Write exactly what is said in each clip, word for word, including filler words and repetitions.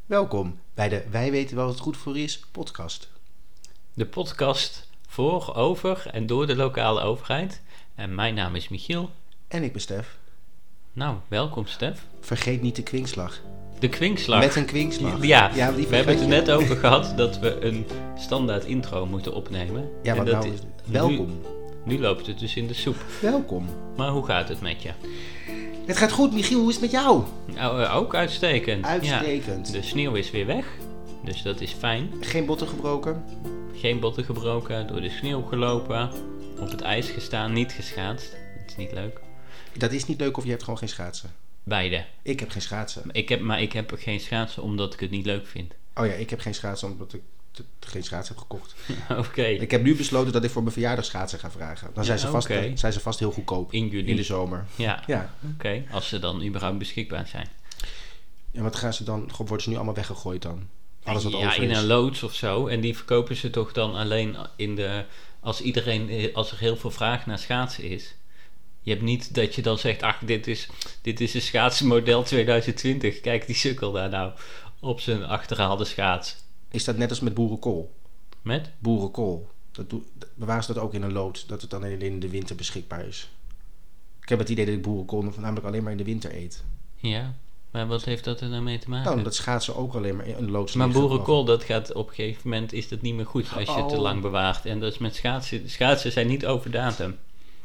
Welkom bij de Wij weten wel wat het goed voor is podcast. De podcast voor, over en door de lokale overheid. En mijn naam is Michiel. En ik ben Stef. Nou, welkom Stef. Vergeet niet de kwinkslag. De kwinkslag. Met een kwinkslag. Ja, ja die we hebben het er je. net over gehad dat we een standaard intro moeten opnemen. Ja, en maar dat nou, is, welkom. Nu, nu loopt het dus in de soep. Welkom. Maar hoe gaat het met je? Het gaat goed, Michiel. Hoe is het met jou? Nou, uh, ook uitstekend. Uitstekend. Ja, de sneeuw is weer weg, dus dat is fijn. Geen botten gebroken? Geen botten gebroken, door de sneeuw gelopen, op het ijs gestaan, niet geschaatst. Dat is niet leuk. Dat is niet leuk of je hebt gewoon geen schaatsen? Beide. Ik heb geen schaatsen. Ik heb, maar ik heb geen schaatsen omdat ik het niet leuk vind. Oh ja, ik heb geen schaatsen omdat ik t- t- geen schaatsen heb gekocht. Oké. Okay. Ik heb nu besloten dat ik voor mijn verjaardag schaatsen ga vragen. Dan zijn, Ja, ze, vast, okay. uh, zijn ze vast heel goedkoop. In juli. In de zomer. Ja, ja. Oké. Okay. Als ze dan überhaupt beschikbaar zijn. Ja, wat gaan ze dan... Worden ze nu allemaal weggegooid dan? Alles wat ja, over in is. een loods of zo. En die verkopen ze toch dan alleen in de... Als iedereen... Als er heel veel vraag naar schaatsen is. Je hebt niet dat je dan zegt... Ach, dit is, dit is een schaatsenmodel twintig twintig. Kijk die sukkel daar nou. Op zijn achterhaalde schaats. Is dat net als met boerenkool? Met? Boerenkool. Dat doe, bewaren ze dat ook in een lood, dat het dan alleen in de winter beschikbaar is. Ik heb het idee dat ik boerenkool namelijk alleen maar in de winter eet. Ja, maar wat heeft dat er nou mee te maken? Nou, dat schaatsen ook alleen maar in een lood. Maar boerenkool, dat gaat op een gegeven moment is dat niet meer goed als je het te oh. lang bewaart. En dat is met schaatsen. Schaatsen zijn niet over datum.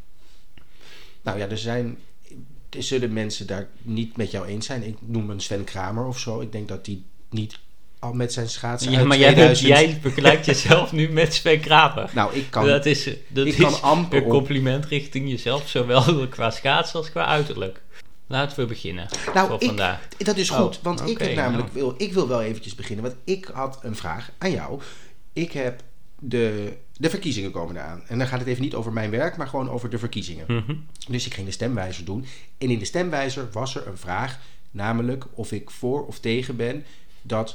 Nou ja, er zijn... Er zullen mensen daar niet met jou eens zijn. Ik noem een Sven Kramer of zo. Ik denk dat die niet al met zijn schaatsen Ja, uit maar tweeduizend... jij, jij vergelijkt jezelf nu met Sven Kramer. Nou, ik kan... Dat is, dat ik is kan amper een compliment richting jezelf, zowel qua schaatsen als qua uiterlijk. Laten we beginnen nou, voor ik, vandaag. Dat is goed, oh, want okay, ik heb namelijk... Nou. Wil, ik wil wel eventjes beginnen, want ik had een vraag aan jou. Ik heb de... De verkiezingen komen eraan. En dan gaat het even niet over mijn werk, maar gewoon over de verkiezingen. Mm-hmm. Dus ik ging de stemwijzer doen. En in de stemwijzer was er een vraag, namelijk of ik voor of tegen ben dat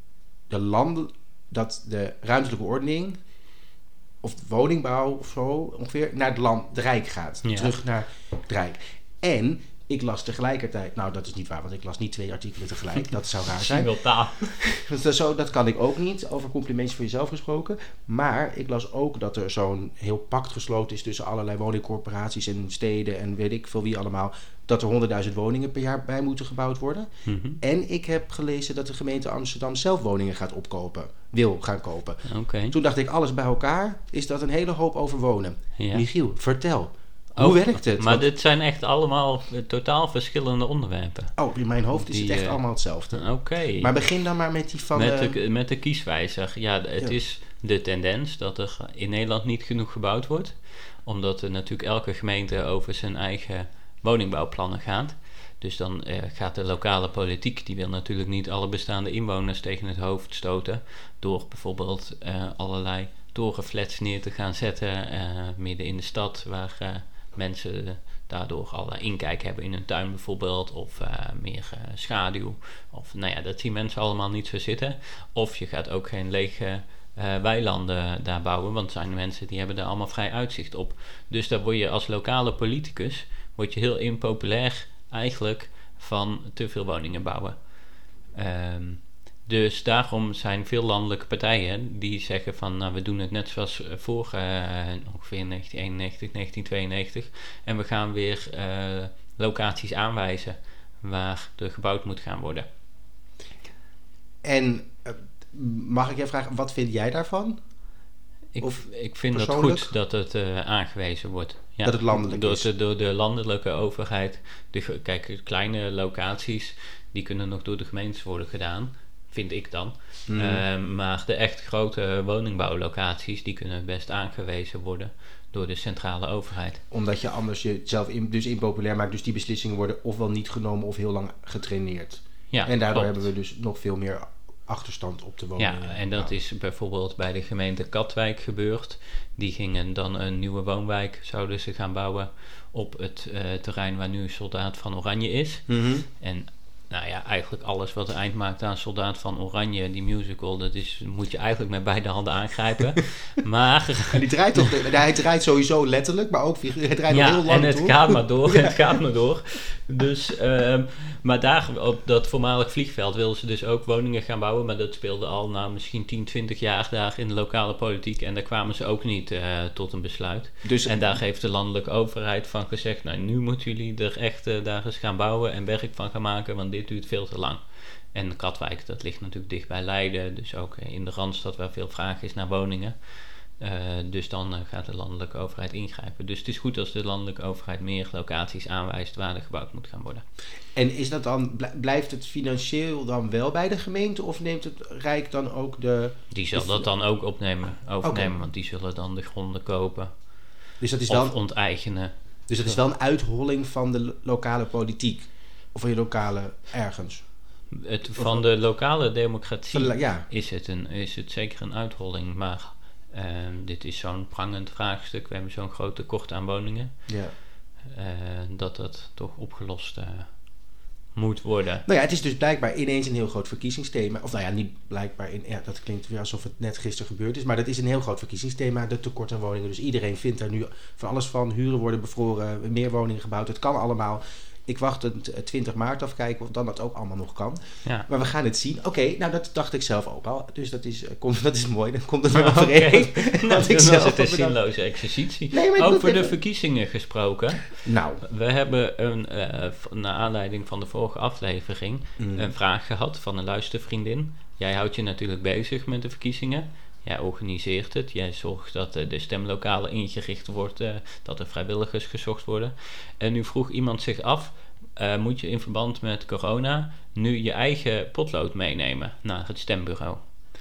de landen, dat de ruimtelijke ordening of de woningbouw of zo ongeveer naar het land, het Rijk gaat. Ja. Terug naar het Rijk. En ik las tegelijkertijd... Nou, dat is niet waar, want ik las niet twee artikelen tegelijk. Dat zou raar zijn. Simultaan. Dat, zo, dat kan ik ook niet, over complimentjes voor jezelf gesproken. Maar ik las ook dat er zo'n heel pact gesloten is tussen allerlei woningcorporaties en steden en weet ik veel wie allemaal, dat er honderdduizend woningen per jaar bij moeten gebouwd worden. Mm-hmm. En ik heb gelezen dat de gemeente Amsterdam zelf woningen gaat opkopen, wil gaan kopen. Okay. Toen dacht ik, alles bij elkaar, is dat een hele hoop over wonen. Ja. Michiel, vertel. Oh, hoe werkt het? Maar Want, dit zijn echt allemaal totaal verschillende onderwerpen. oh, in mijn hoofd is Die, het echt uh, allemaal hetzelfde. Oké. Okay. Maar begin dan maar met die van... Met de, de, met de kieswijzer. Ja, het ja. is de tendens dat er in Nederland niet genoeg gebouwd wordt. Omdat er natuurlijk elke gemeente over zijn eigen woningbouwplannen gaat. Dus dan eh, gaat de lokale politiek, die wil natuurlijk niet alle bestaande inwoners tegen het hoofd stoten. Door bijvoorbeeld uh, allerlei torenflats neer te gaan zetten uh, midden in de stad, waar uh, mensen daardoor allerlei inkijk hebben in hun tuin bijvoorbeeld, of uh, meer uh, schaduw. Of nou ja, dat zien mensen allemaal niet zo zitten. Of je gaat ook geen lege uh, weilanden daar bouwen, want er zijn mensen die hebben daar allemaal vrij uitzicht op. Dus daar word je als lokale politicus word je heel impopulair eigenlijk van te veel woningen bouwen. Um, dus daarom zijn veel landelijke partijen die zeggen van nou, we doen het net zoals voor uh, ongeveer negentien eenennegentig, negentien tweeënnegentig en we gaan weer uh, locaties aanwijzen waar er gebouwd moet gaan worden. En uh, mag ik je vragen, wat vind jij daarvan? Ik, Of ik vind het goed dat het uh, aangewezen wordt. Ja, dat het landelijk door is? De, door de landelijke overheid. De, kijk, kleine locaties, die kunnen nog door de gemeentes worden gedaan, vind ik dan. Mm. Uh, maar de echt grote woningbouwlocaties, die kunnen best aangewezen worden door de centrale overheid. Omdat je anders jezelf in, dus impopulair maakt, dus die beslissingen worden ofwel niet genomen of heel lang getraineerd. Ja, en daardoor klopt. hebben we dus nog veel meer achterstand op de woningen. Ja, en dat nou. is bijvoorbeeld bij de gemeente Katwijk gebeurd. Die gingen dan een nieuwe woonwijk, zouden ze gaan bouwen op het uh, terrein waar nu Soldaat van Oranje is. Mm-hmm. En Nou ja, eigenlijk alles wat een eind maakt aan Soldaat van Oranje, die musical, dat is, moet je eigenlijk met beide handen aangrijpen. Maar... En die draait toch, hij draait sowieso letterlijk, maar ook hij draait ja, nog heel lang en het toe. gaat maar door, Ja. het gaat maar door. Dus, um, maar daar op dat voormalig vliegveld wilden ze dus ook woningen gaan bouwen, maar dat speelde al nou misschien tien, twintig jaar daar in de lokale politiek en daar kwamen ze ook niet uh, tot een besluit. Dus, en daar heeft de landelijke overheid van gezegd, nou nu moeten jullie er echt uh, daar eens gaan bouwen en werk van gaan maken, want dit duurt veel te lang. En Katwijk, dat ligt natuurlijk dicht bij Leiden, dus ook in de Randstad waar veel vraag is naar woningen. Uh, dus dan uh, gaat de landelijke overheid ingrijpen. Dus het is goed als de landelijke overheid meer locaties aanwijst waar er gebouwd moet gaan worden. En is dat dan, blijft het financieel dan wel bij de gemeente of neemt het Rijk dan ook de... Die zal de, dat dan ook opnemen, overnemen, okay. want die zullen dan de gronden kopen. Dus dat is of dan, onteigenen. Dus dat is wel een uitholling van de lo- lokale politiek? Of van je lokale ergens? Het, van de lokale democratie de, ja. is, het een, is het zeker een uitholling, maar uh, dit is zo'n prangend vraagstuk. We hebben zo'n groot tekort aan woningen. Ja. Uh, dat dat toch opgelost uh, moet worden. Nou ja, het is dus blijkbaar ineens een heel groot verkiezingsthema. Of nou ja, niet blijkbaar. In, ja, dat klinkt weer alsof het net gisteren gebeurd is. Maar dat is een heel groot verkiezingsthema, de tekort aan woningen. Dus iedereen vindt daar nu van alles van. Huren worden bevroren, meer woningen gebouwd. Het kan allemaal. Ik wacht het twintig maart afkijken of dan dat ook allemaal nog kan. Ja. Maar we gaan het zien. Oké, okay, nou dat dacht ik zelf ook al. Dus dat is, komt, dat is mooi. Dan komt het weer overeen. Okay. Nou, dan is het een zinloze exercitie. Nee, over de even... verkiezingen gesproken. Nou. We hebben een, uh, naar aanleiding van de vorige aflevering mm. een vraag gehad van een luistervriendin. Jij houdt je natuurlijk bezig met de verkiezingen. Jij organiseert het. Jij zorgt dat uh, de stemlokalen ingericht wordt, uh, dat er vrijwilligers gezocht worden. En nu vroeg iemand zich af, uh, moet je in verband met corona nu je eigen potlood meenemen naar het stembureau?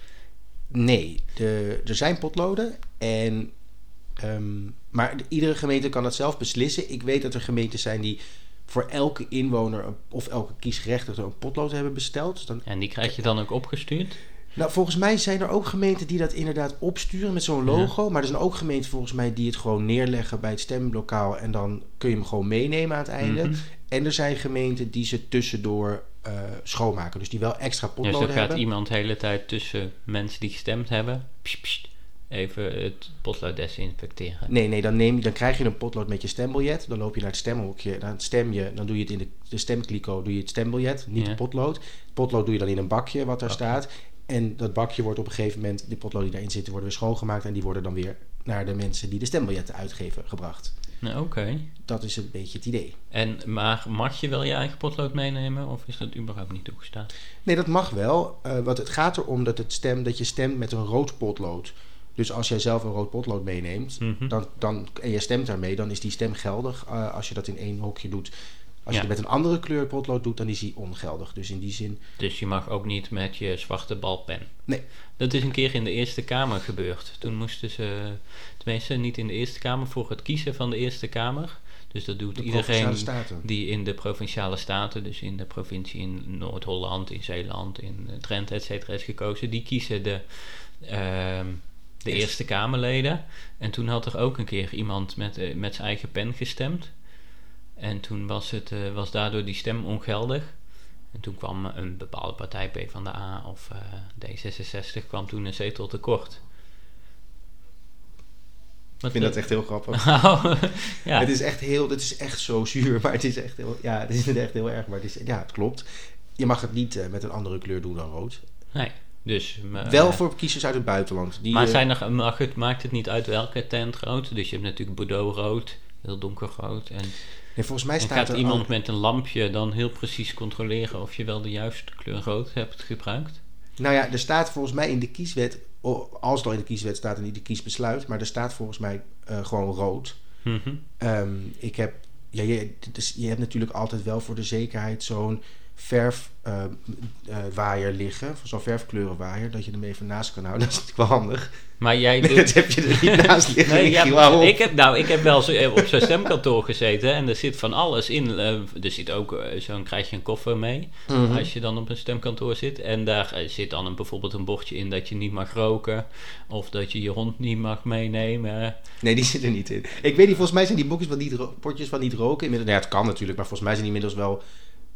Nee, de, er zijn potloden. En, um, maar de, iedere gemeente kan dat zelf beslissen. Ik weet dat er gemeentes zijn die voor elke inwoner of elke kiesgerechtigde een potlood hebben besteld. Dan, en die krijg je dan ook opgestuurd? Nou, volgens mij zijn er ook gemeenten die dat inderdaad opsturen met zo'n logo. Ja. Maar er zijn ook gemeenten volgens mij die het gewoon neerleggen bij het stemlokaal. En dan kun je hem gewoon meenemen aan het einde. Mm-hmm. En er zijn gemeenten die ze tussendoor uh, schoonmaken. Dus die wel extra potloden hebben. Dus dan gaat hebben. iemand de hele tijd tussen mensen die gestemd hebben, pst, pst, even het potlood desinfecteren. Nee, nee, dan, neem, dan krijg je een potlood met je stembiljet. Dan loop je naar het stemhokje. Dan stem je, dan doe je het in de, de stemkliko, doe je het stembiljet, niet ja. het potlood. Het potlood doe je dan in een bakje wat daar okay. staat. En dat bakje wordt op een gegeven moment, de potloden die daarin zitten, worden weer schoongemaakt. En die worden dan weer naar de mensen die de stembiljetten uitgeven gebracht. Nou, oké. Okay. Dat is een beetje het idee. En, maar mag je wel je eigen potlood meenemen? Of is dat überhaupt niet toegestaan? Nee, dat mag wel. Uh, want het gaat erom dat, het stem, dat je stemt met een rood potlood. Dus als jij zelf een rood potlood meeneemt mm-hmm. dan, dan, en je stemt daarmee, dan is die stem geldig uh, als je dat in één hokje doet. Als ja. je het met een andere kleur potlood doet, dan is die ongeldig. Dus in die zin... Dus je mag ook niet met je zwarte balpen? Nee. Dat is een keer in de Eerste Kamer gebeurd. Toen moesten ze, tenminste niet in de Eerste Kamer, voor het kiezen van de Eerste Kamer. Dus dat doet de iedereen die in de Provinciale Staten, dus in de provincie in Noord-Holland, in Zeeland, in Drenthe, et cetera, is gekozen. Die kiezen de... Uh, de yes. Eerste Kamerleden. En toen had er ook een keer iemand met, uh, met zijn eigen pen gestemd. En toen was, het, uh, was daardoor die stem ongeldig. En toen kwam een bepaalde partij, PvdA of uh, D zesenzestig, kwam toen een zetel tekort. Ik vind dat echt heel grappig. ja. Het is echt heel, het is echt zo zuur, maar het is echt heel, ja, het is echt heel erg. Maar het is, ja, het klopt. Je mag het niet uh, met een andere kleur doen dan rood. Nee. Dus, uh, wel voor kiezers uit het buitenland. Die, maar zijn er, mag het, maakt het niet uit welke tent rood? Dus je hebt natuurlijk Bordeaux-rood, heel donkerrood. En, nee, volgens mij en staat gaat er iemand al... met een lampje dan heel precies controleren of je wel de juiste kleur rood hebt gebruikt? Nou ja, er staat volgens mij in de kieswet, als het al in de kieswet staat en niet de kiesbesluit, maar er staat volgens mij uh, gewoon rood. Mm-hmm. Um, ik heb, ja, je, dus je hebt natuurlijk altijd wel voor de zekerheid zo'n verfwaaier uh, uh, liggen, zo'n verfkleurenwaaier, dat je hem even naast kan houden. Dat is natuurlijk wel handig. Maar jij doet... dat heb je er niet naast liggen. nee, ja, ik heb, nou, ik heb wel zo, op zo'n stemkantoor gezeten en er zit van alles in. Uh, er zit ook, uh, zo'n krijg je een koffer mee, mm-hmm. als je dan op een stemkantoor zit. En daar uh, zit dan een, bijvoorbeeld een bordje in dat je niet mag roken, of dat je je hond niet mag meenemen. Nee, die zit er niet in. Ik weet niet, volgens mij zijn die boekjes van niet ro- bordjes van niet roken. Nou ja, het kan natuurlijk, maar volgens mij zijn die inmiddels wel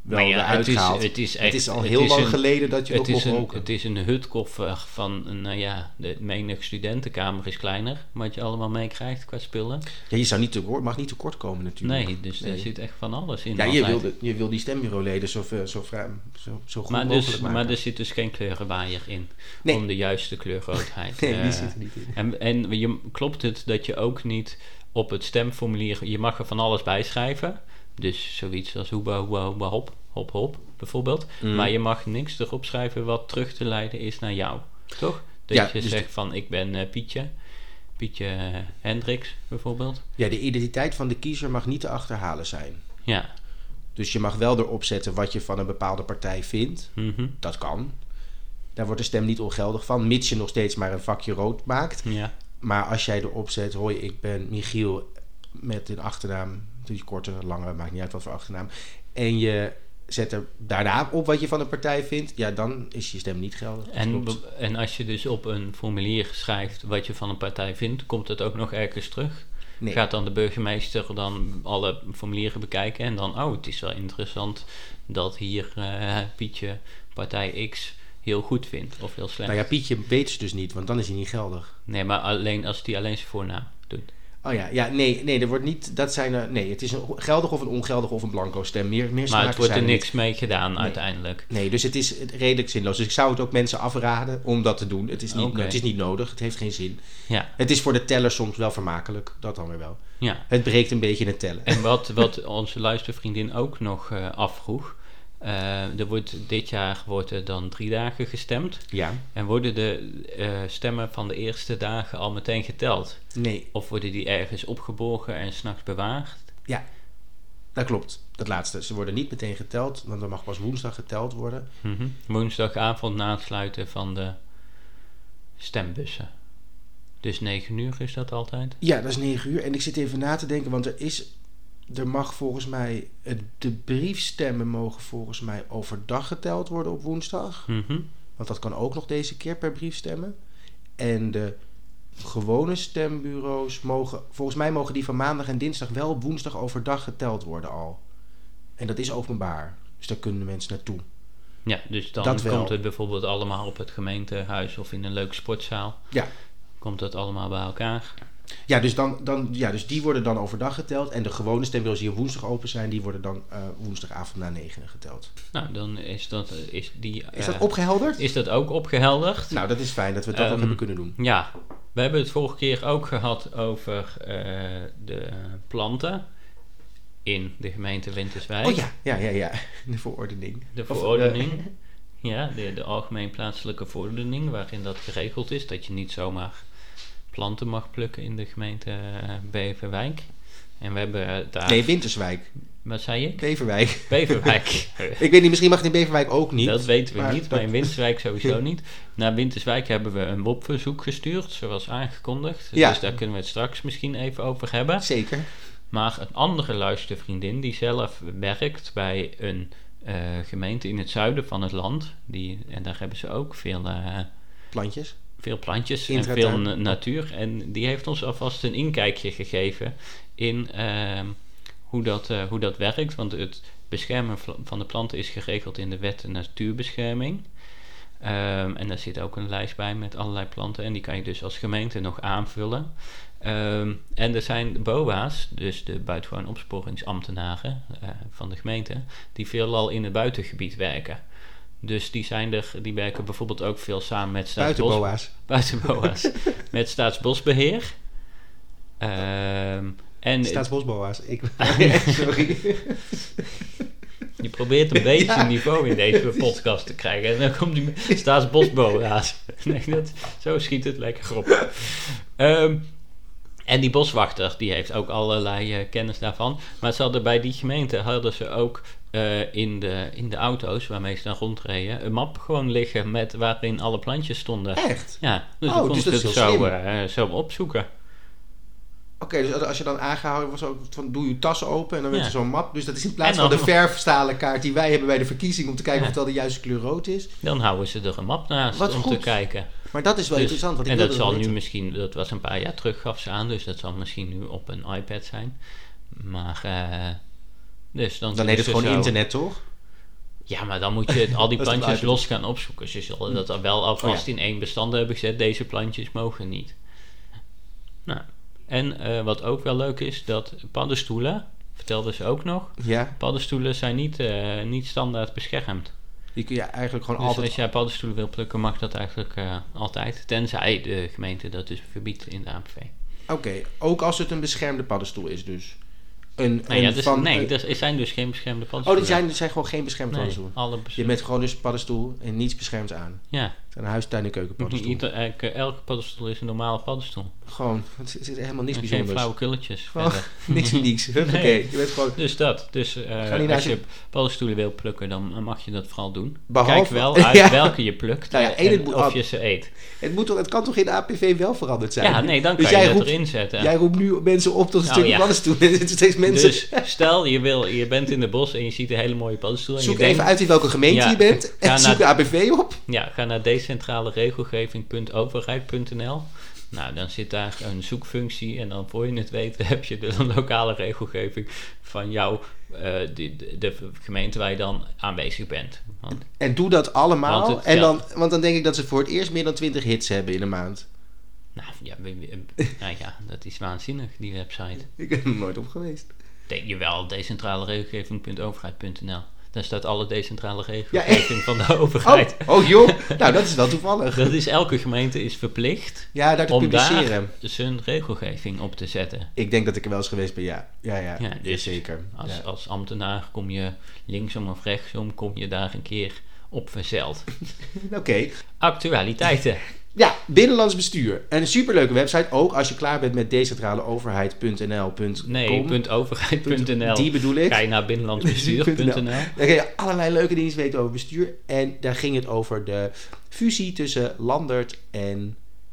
wel Maar ja, eruit het is, gehaald. het is echt, het is al het heel is lang een- geleden dat je Het nog is, mocht een, roken. het is een hutkoffer van, nou ja, de menig studentenkamer is kleiner, wat je allemaal meekrijgt qua spullen. Ja, je zou niet te, mag niet tekort komen natuurlijk. Nee, dus er Nee. zit echt van alles in. Ja, je altijd. wil, de, je wil die stembureauleden zo, ver- zo, vrij- zo, zo goed maar, mogelijk dus, maken. maar er zit dus geen kleurenwaaier in, Nee. om de juiste kleurroodheid. Nee, die eh, zit er niet in. En, en je, klopt het dat je ook niet op het stemformulier, je mag er van alles bijschrijven. Dus zoiets als hoeba, hoeba, hoeba, hop, hop, hop, bijvoorbeeld. Mm. Maar je mag niks erop schrijven wat terug te leiden is naar jou. Toch? Dat Ja, je dus zegt de- van ik ben eh, Pietje. Pietje eh, Hendricks bijvoorbeeld. Ja, de identiteit van de kiezer mag niet te achterhalen zijn. Ja. Dus je mag wel erop zetten wat je van een bepaalde partij vindt. Mhm. Dat kan. Daar wordt de stem niet ongeldig van, mits je nog steeds maar een vakje rood maakt. Ja. Maar als jij erop zet, hoi, ik ben Michiel met een achternaam, die korte, lange, maakt niet uit wat voor achternaam. En je zet er daarna op wat je van een partij vindt, ja, dan is je stem niet geldig. Dat En, klopt. be- en als je dus op een formulier schrijft wat je van een partij vindt, komt het ook nog ergens terug? Nee. Gaat dan de burgemeester dan alle formulieren bekijken en dan, oh, het is wel interessant dat hier eh, Pietje partij X heel goed vindt of heel slecht. Nou ja, Pietje weet ze dus niet, want dan is hij niet geldig. Nee, maar alleen als die alleen zijn voornaam doet. Oh ja, ja nee, nee, er wordt niet, dat zijn er, nee, het is een geldig of een ongeldig of een blanco stem. Meer, meer Maar smaken het wordt er zijn niks niet. mee gedaan Nee. uiteindelijk. Nee, dus het is redelijk zinloos. Dus ik zou het ook mensen afraden om dat te doen. Het is niet, Oké. het is niet nodig, het heeft geen zin. Ja, Het is voor de teller soms wel vermakelijk, dat dan weer wel. ja. Het breekt een beetje het tellen. En wat, wat onze luistervriendin ook nog uh, afvroeg. Uh, er wordt, dit jaar wordt er dan drie dagen gestemd. Ja, En worden de uh, stemmen van de eerste dagen al meteen geteld? nee, Of worden die ergens opgeborgen en 's nachts bewaard? ja, dat klopt. Dat laatste. Ze worden niet meteen geteld, want er mag pas woensdag geteld worden. Mm-hmm. Woensdagavond na het sluiten van de stembussen. Dus negen uur is dat altijd? Ja, dat is negen uur. En ik zit even na te denken, want er is... Er mag volgens mij... het- De briefstemmen mogen volgens mij overdag geteld worden op woensdag. Mm-hmm. Want dat kan ook nog deze keer per briefstemmen. En de gewone stembureaus mogen... Volgens mij mogen die van maandag en dinsdag wel op woensdag overdag geteld worden al. En dat is openbaar. Dus daar kunnen de mensen naartoe. Ja, dus dan Dat wel. komt het bijvoorbeeld allemaal op het gemeentehuis of in een leuke sportzaal. Ja, Komt het allemaal bij elkaar? ja, dus, dan, dan, ja dus die worden dan overdag geteld. En de gewone stembureaus die op woensdag open zijn... die worden dan uh, woensdagavond na negenen geteld. Nou, dan is dat, is die, Is uh, dat opgehelderd? is dat ook opgehelderd. Nou, dat is fijn dat we dat ook Um, hebben kunnen doen. Ja, we hebben het vorige keer ook gehad over uh, de planten in de gemeente Winterswijk. Oh ja, ja, ja, ja. De verordening. De Of, verordening. Ja, de, de algemeen plaatselijke verordening waarin dat geregeld is. Dat je niet zomaar planten mag plukken in de gemeente uh, Beverwijk. En we hebben uh, daar... Nee, Winterswijk. Wat zei ik? Beverwijk. Beverwijk. Ik weet niet, misschien mag het in Beverwijk ook niet. Dat weten we maar niet, dat- maar in Winterswijk sowieso niet. Naar Winterswijk hebben we een W O P-verzoek gestuurd, zoals aangekondigd. Ja. Dus daar kunnen we het straks misschien even over hebben. Zeker. Maar een andere luistervriendin die zelf werkt bij een uh, gemeente in het zuiden van het land. Die, en daar hebben ze ook veel, uh, Plantjes. veel plantjes en Intratuin. veel na- natuur. En die heeft ons alvast een inkijkje gegeven in uh, hoe, dat, uh, hoe dat werkt. Want het beschermen vla- van de planten is geregeld in de wet natuurbescherming. Um, en daar zit ook een lijst bij met allerlei planten. En die kan je dus als gemeente nog aanvullen. Um, en er zijn B O A's, dus de buitengewoon opsporingsambtenaren uh, van de gemeente, die veelal in het buitengebied werken. Dus die, zijn er, die werken bijvoorbeeld ook veel samen met Staatsbos... Buitenboa's. Buitenboa's. Met Staatsbosbeheer. Um, en Staatsbosboa's. Ik... Sorry. je probeert een beetje Ja. niveau in deze podcast te krijgen. En dan komt die met Staatsbosboa's. Nee, dat, zo schiet het lekker op. Um, en die boswachter, die heeft ook allerlei uh, kennis daarvan. Maar ze hadden bij die gemeente hadden ze ook uh, in, de, in de auto's waarmee ze dan rondreden een map gewoon liggen met waarin alle plantjes stonden. Echt? Ja, dus Oh, dan kon dus je dat het is heel zo, slim. uh, zo opzoeken. Oké, dus als je dan aangehouden was, ook van doe je tas open en dan werd Ja. er zo'n map. Dus dat is in plaats En van dan de nog- verfstalen kaart die wij hebben bij de verkiezing om te kijken Ja. of het al de juiste kleur rood is. Dan houden ze er een map naast Wat om goed. te kijken. Maar dat is wel Dus- interessant. Want ik en dat wilde zal wel nu weten. misschien, dat was een paar jaar terug gaf ze aan, dus dat zal misschien nu op een iPad zijn. Maar, uh, dus dan Dan heet het is gewoon zo- internet, toch? Ja, maar dan moet je al die Dat is plantjes toch los gaan opzoeken. Dus je zal dat dan wel alvast Oh ja. in één bestand hebben gezet. Deze plantjes mogen niet. Nou, en uh, wat ook wel leuk is, dat paddenstoelen, vertelde ze ook nog, Ja, paddenstoelen zijn niet, uh, niet standaard beschermd. die kun je eigenlijk gewoon Dus altijd... als jij paddenstoelen wil plukken, mag dat eigenlijk uh, altijd. Tenzij de gemeente dat dus verbiedt in de A P V. Oké, okay, ook als het een beschermde paddenstoel is dus. Een, Nee, ja, een dus, van, nee een, er zijn dus geen beschermde oh, paddenstoelen. die zijn, die zijn gewoon geen beschermde nee, paddenstoel. alle bes- Je bent gewoon dus paddenstoel en niets beschermd aan. Ja. Het zijn een huis, tuin en keuken paddenstoel. Ieder, elke, elke paddenstoel is een normale paddenstoel. Gewoon, het is helemaal niks en bijzonders. geen flauwe kulletjes. Gewoon, niks en niks. Oké, Nee. je bent gewoon... Dus dat. Dus uh, als je paddenstoelen wil plukken, dan mag je dat vooral doen. Behalve, Kijk wel uit ja. welke je plukt Nou ja, en, het moet, of je ze eet. Het, moet toch, het kan toch in de A P V wel veranderd zijn? Ja, nee, dan dus kan je jij dat roept, erin zetten. Jij roept nu mensen op tot een Nou, stukje ja. paddenstoel. Er zitten steeds mensen... Dus stel, je, wil, je bent in de bos en je ziet een hele mooie paddenstoel. En Zoek je denkt, even uit in welke gemeente Ja, je bent. ga En zoek naar- de A P V op. Ja, ga naar decentrale regelgeving punt overheid punt n l. Nou, dan zit daar een zoekfunctie en dan voor je het weet heb je de lokale regelgeving van jouw, uh, de, de, de gemeente waar je dan aanwezig bent. Want, En doe dat allemaal. Want het En dan, telt. want dan denk ik dat ze voor het eerst meer dan twintig hits hebben in een maand. nou, ja, we- we- nou ja, dat is waanzinnig, die website. Ik ben er nooit op geweest. Denk je wel, decentrale regelgeving punt overheid punt n l. Daar staat alle decentrale regelgeving van de overheid. Oh, oh joh, nou dat is wel toevallig. Dat is, elke gemeente is verplicht Ja, daar te om publiceren. daar zijn regelgeving op te zetten. Ik denk dat ik er wel eens geweest ben, ja. Ja, ja, Ja, dus zeker. Als, Ja. als ambtenaar kom je linksom of rechtsom, kom je daar een keer op verzeld. Oké. Actualiteiten. Ja, binnenlands bestuur. Een superleuke website. Ook als je klaar bent met decentraleoverheid punt n l punt com. Nee, punt overheid punt n l. Die bedoel ik. Ga je naar binnenlandsbestuur punt n l. Daar kun je allerlei leuke dingen weten over bestuur. En daar ging het over de fusie tussen Landert en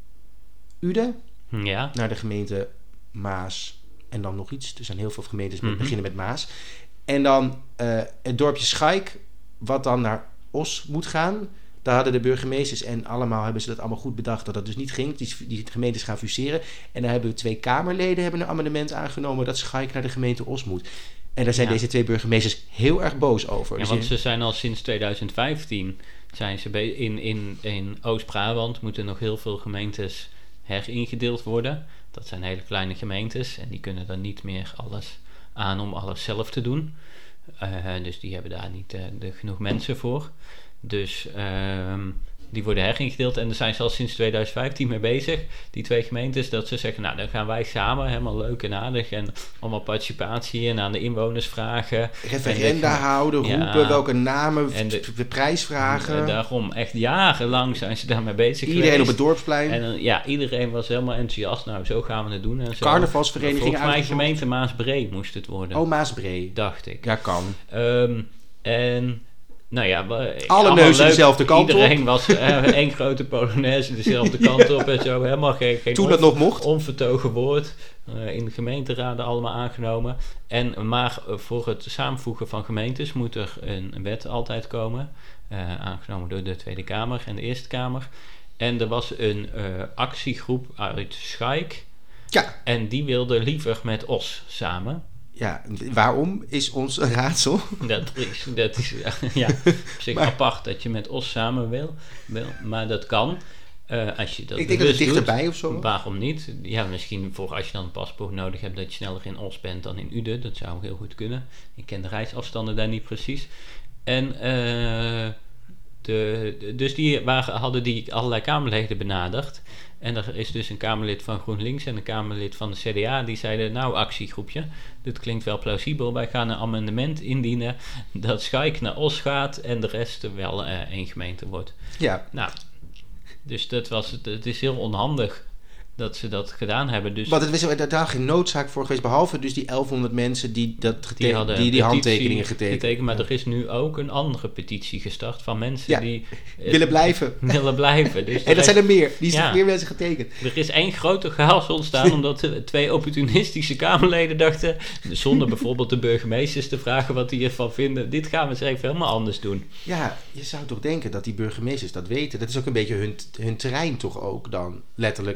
Uden Ja. naar de gemeente Maas. En dan nog iets. Er zijn heel veel gemeentes met Mhm. beginnen met Maas. En dan uh, het dorpje Schaik, wat dan naar Os moet gaan. Daar hadden de burgemeesters en allemaal hebben ze dat allemaal goed bedacht dat dat dus niet ging. Die, die gemeentes gaan fuseren. En daar hebben we twee Kamerleden hebben een amendement aangenomen dat Schaik naar de gemeente Os moet. En daar zijn Ja. deze twee burgemeesters heel erg boos over. Ja, Dus want je- ze zijn al sinds tweeduizend vijftien zijn ze be- in, in, in Oost-Brabant moeten nog heel veel gemeentes heringedeeld worden. Dat zijn hele kleine gemeentes en die kunnen dan niet meer alles aan om alles zelf te doen. Uh, dus die hebben daar niet uh, de, genoeg mensen voor. Dus ehm, die worden heringedeeld en daar zijn ze al sinds tweeduizend vijftien mee bezig. Die twee gemeentes, dat ze zeggen, nou dan gaan wij samen, helemaal leuk en aardig. En allemaal participatie en aan de inwoners vragen. referenda En de- houden, Ja. roepen, welke namen, En de- de, prijs vragen. En daarom, echt jarenlang zijn ze daarmee bezig Iedereen op geweest. het dorpsplein. En uh, ja, iedereen was helemaal enthousiast. Nou, zo gaan we het doen. En zo. Carnavalsvereniging Volgens mij uitgezocht. gemeente Maasbree moest het worden, Oh, Maasbree. dacht ik. Ja, kan. Um, en, nou ja... we- Alle allemaal neuzen leuk. dezelfde kant op. Iedereen was uh, één grote Polonaise dezelfde kant op en zo. Helemaal geen, geen Toen dat nog mocht. onvertogen woord. Uh, in de gemeenteraden allemaal aangenomen. En, maar uh, voor het samenvoegen van gemeentes moet er een, een wet altijd komen. Uh, aangenomen door de Tweede Kamer en de Eerste Kamer. En er was een uh, actiegroep uit Schaik. Ja. En die wilde liever met Os samen. Ja, waarom is ons een raadsel? Dat is, dat is ja, op zich Maar- apart dat je met Os samen wil, wil maar dat kan. Uh, als je dat Ik denk dat het bewust doet, dichterbij of zo. waarom niet? Ja, misschien voor als je dan een paspoort nodig hebt dat je sneller in Os bent dan in Uden. Dat zou heel goed kunnen. Ik ken de reisafstanden daar niet precies. En uh, de, de, dus die waren, hadden die allerlei Kamerleden benaderd. En er is dus een Kamerlid van GroenLinks en een Kamerlid van de C D A die zeiden, nou actiegroepje, dit klinkt wel plausibel. Wij gaan een amendement indienen dat Schaik naar Os gaat en de rest wel uh, één gemeente wordt. Ja. Nou, dus dat was het. Het is heel onhandig dat ze dat gedaan hebben. Dus Want het was er daar geen noodzaak voor geweest, behalve dus die elfhonderd mensen die dat gete- die hadden die, die een petitie handtekeningen getekend. Maar Ja. er is nu ook een andere petitie gestart van mensen Ja, die uh, willen blijven. willen blijven. Dus En dat er, zijn er meer. Die zijn Ja. meer mensen getekend. er is één grote chaos ontstaan omdat de twee opportunistische Kamerleden dachten, zonder bijvoorbeeld de burgemeesters te vragen wat die ervan vinden, dit gaan we eens even helemaal anders doen. Ja, je zou toch denken dat die burgemeesters dat weten. Dat is ook een beetje hun, hun terrein toch ook dan, letterlijk en figuurlijk.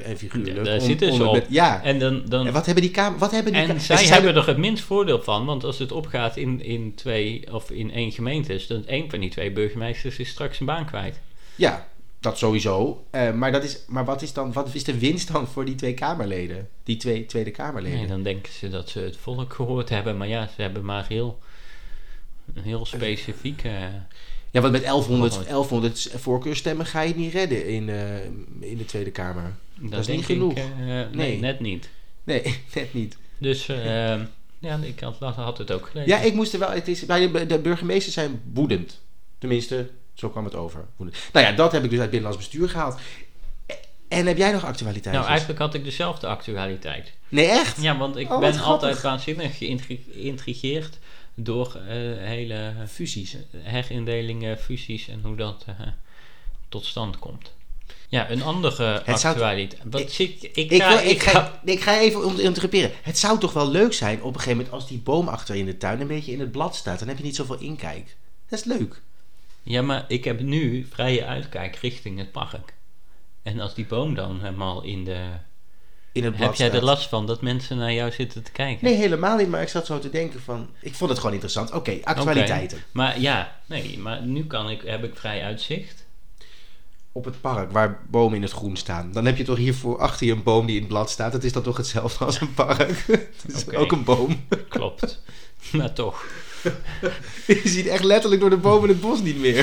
natuurlijk. Daar om, zitten ze om op. Met, ja. En, dan, dan, en wat hebben die kamer... Wat hebben die en ka- zij en ze hebben er het minst voordeel van, want als het opgaat in, in twee of in één gemeente, is dan één van die twee burgemeesters is straks een baan kwijt. Ja, dat sowieso. Uh, maar, dat is, maar wat is dan, wat is de winst dan voor die twee Kamerleden? Die twee Tweede Kamerleden? Nee, dan denken ze dat ze het volk gehoord hebben, maar ja, ze hebben maar heel, een heel specifiek... Uh, ja, want met elfhonderd, elfhonderd voorkeurstemmen ga je het niet redden in, uh, in de Tweede Kamer. Dat, dat is niet genoeg. Ik, uh, nee, nee, net niet. Nee, net niet. Dus uh, ja, ik had, had het ook gelezen. Ja, ik moest er wel... Het is, de, de burgemeesters zijn woedend. Tenminste, zo kwam het over. Woedend. Nou ja, dat heb ik dus uit binnenlands bestuur gehaald. En heb jij nog actualiteit? Nou, eigenlijk had ik dezelfde actualiteit. Nee, echt? Ja, want ik oh, ben grappig. altijd waanzinnig geïntrigeerd door uh, hele fusies, herindelingen, fusies en hoe dat uh, tot stand komt. Ja, een andere het actualiteit. Zou, Wat ik, ik, ik, ik, ga, wil, ik, ik, ga, ga, ik ga even interruperen. Het zou toch wel leuk zijn op een gegeven moment als die boom achter in de tuin een beetje in het blad staat. Dan heb je niet zoveel inkijk. Dat is leuk. Ja, maar ik heb nu vrije uitkijk richting het park. En als die boom dan helemaal in de... In het blad heb jij staat. er last van dat mensen naar jou zitten te kijken? Nee, helemaal niet. Maar ik zat zo te denken van... Ik vond het gewoon interessant. Oké, okay, actualiteiten. Okay. Maar ja, nee, maar nu kan ik, heb ik vrij uitzicht. Op het park waar bomen in het groen staan. Dan heb je toch hiervoor achter je een boom die in het blad staat. Dat is dan toch hetzelfde als een park? Het is okay. Ook een boom. Klopt. Maar toch. Je ziet echt letterlijk door de bomen het bos niet meer.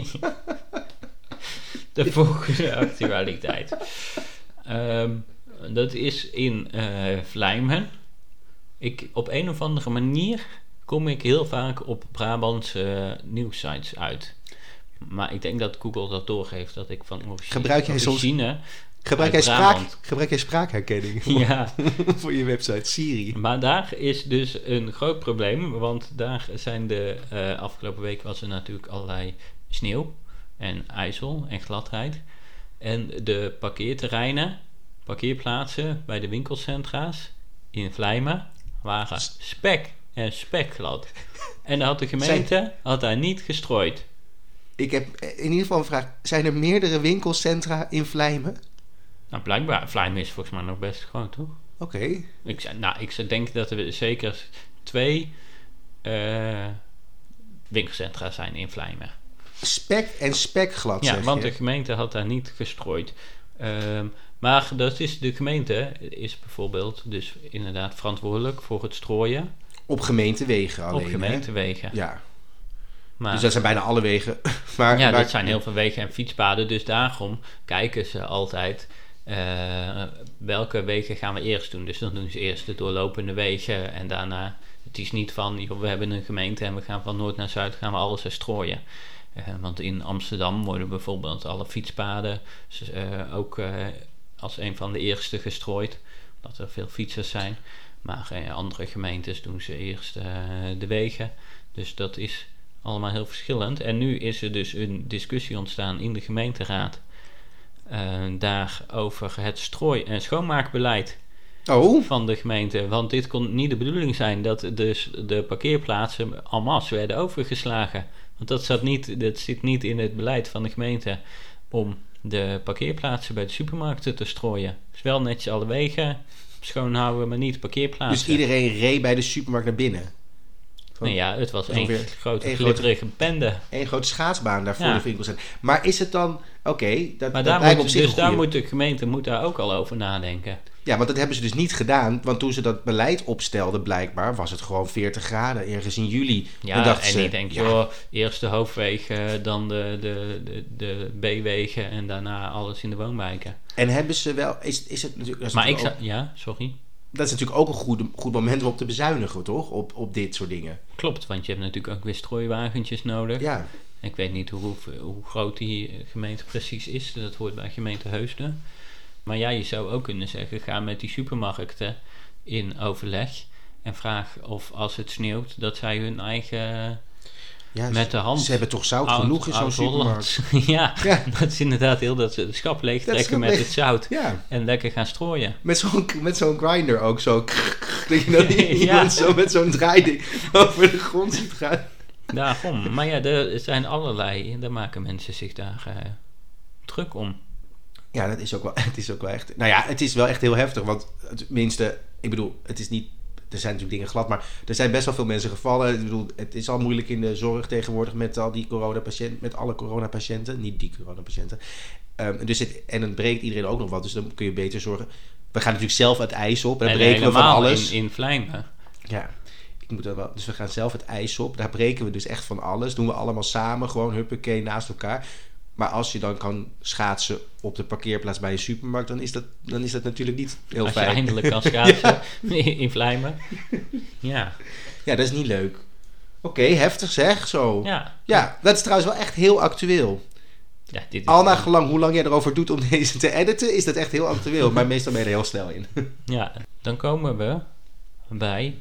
De volgende actualiteit. Um, dat is in uh, Vlijmen. Ik, op een of andere manier kom ik heel vaak op Brabantse uh, nieuwssites uit. Maar ik denk dat Google dat doorgeeft dat ik van origine... Gebruik jij soms... Gebruik jij, spraak, gebruik jij spraakherkenning voor, ja. voor je website Siri? Maar daar is dus een groot probleem, want daar zijn de uh, afgelopen week was er natuurlijk allerlei sneeuw en ijzel en gladheid. En de parkeerterreinen, parkeerplaatsen bij de winkelcentra's in Vlijmen waren spek en spekglad. En dan had de gemeente zijn... had daar niet gestrooid. Ik heb in ieder geval een vraag. Zijn er meerdere winkelcentra in Vlijmen? Nou, blijkbaar. Vlijmen is volgens mij nog best groot, toch? Oké. Okay. Ik, nou, ik denk dat er zeker twee uh, winkelcentra zijn in Vlijmen. Spek en spekglad, ja, zeg want je. de gemeente had daar niet gestrooid. Um, maar dat is, de gemeente is bijvoorbeeld dus inderdaad verantwoordelijk voor het strooien. Op gemeentewegen alleen. Op gemeentewegen. Hè? Ja. Maar, dus dat zijn bijna alle wegen. maar, ja, maar, dat zijn heel veel wegen en fietspaden. Dus daarom kijken ze altijd... Uh, welke wegen gaan we eerst doen. Dus dan doen ze eerst de doorlopende wegen. En daarna... Het is niet van... Joh, we hebben een gemeente en we gaan van noord naar zuid... gaan we alles strooien. Uh, want in Amsterdam worden bijvoorbeeld alle fietspaden... Uh, ook uh, als een van de eerste gestrooid. Omdat er veel fietsers zijn. Maar in uh, andere gemeentes doen ze eerst uh, de wegen. Dus dat is... allemaal heel verschillend. En nu is er dus een discussie ontstaan in de gemeenteraad. Uh, daar over het strooi- en schoonmaakbeleid oh. van de gemeente. Want dit kon niet de bedoeling zijn dat dus de parkeerplaatsen en masse werden overgeslagen. Want dat, zat niet, dat zit niet in het beleid van de gemeente om de parkeerplaatsen bij de supermarkten te strooien. Dus wel netjes alle wegen schoonhouden, maar niet parkeerplaatsen. Dus iedereen reed bij de supermarkt naar binnen? Nee, ja, het was één grote glibberige bende. Eén grote schaatsbaan daar voor ja. de winkels. Maar is het dan... Oké, okay, dat, maar dat daar moet, op zich dus daar moet de gemeente moet daar ook al over nadenken. Ja, want dat hebben ze dus niet gedaan. Want toen ze dat beleid opstelden, blijkbaar, was het gewoon veertig graden ergens in juli. Ja, en, dacht en ze, ik denk, ja. joh, eerst de hoofdwegen, dan de, de, de, de B-wegen en daarna alles in de woonwijken. En hebben ze wel... Is, is het natuurlijk... Is maar ik ook, zou... Ja, sorry. Dat is natuurlijk ook een goed, goed moment om op te bezuinigen, toch? Op, op dit soort dingen. Klopt, want je hebt natuurlijk ook weer strooiwagentjes nodig. Ja. Ik weet niet hoe, hoe groot die gemeente precies is. Dat hoort bij gemeente Heusden. Maar ja, je zou ook kunnen zeggen, ga met die supermarkten in overleg. En vraag of als het sneeuwt, dat zij hun eigen... Ja, met de hand. Ze hebben toch zout oud, genoeg in zo'n supermarkt. ja, ja, dat is inderdaad heel dat ze de schap leeg trekken met leeg. Het zout. Ja. En lekker gaan strooien. Met zo'n, met zo'n grinder ook zo. Dat je dan ja. iemand zo met zo'n draaiding over de grond ziet gaan. Daarom. Maar ja, er zijn allerlei. Daar maken mensen zich daar uh, druk om. Ja, dat is ook wel, het is ook wel echt... Nou ja, het is wel echt heel heftig. Want tenminste, ik bedoel, het is niet... Er zijn natuurlijk dingen glad, maar er zijn best wel veel mensen gevallen. Ik bedoel, het is al moeilijk in de zorg tegenwoordig met al die coronapatiënten, met alle coronapatiënten, niet die coronapatiënten. Um, dus het, en dan breekt iedereen ook nog wat, dus dan kun je beter zorgen. We gaan natuurlijk zelf het ijs op, en dan breken we van alles. In, in Vlijmen. Ja, ik moet dat wel. Dus we gaan zelf het ijs op, daar breken we dus echt van alles. Doen we allemaal samen, gewoon huppakee naast elkaar. Maar als je dan kan schaatsen op de parkeerplaats bij een supermarkt, dan is dat, dan is dat natuurlijk niet heel als fijn. Als je eindelijk kan schaatsen ja. in Vlijmen. Ja. Ja, dat is niet leuk. Oké, okay, heftig zeg, zo. Ja. Ja, dat is trouwens wel echt heel actueel. Ja, dit is Al naar gelang hoe lang jij erover doet om deze te editen, is dat echt heel actueel. Maar meestal ben je er heel snel in. Ja, dan komen we bij...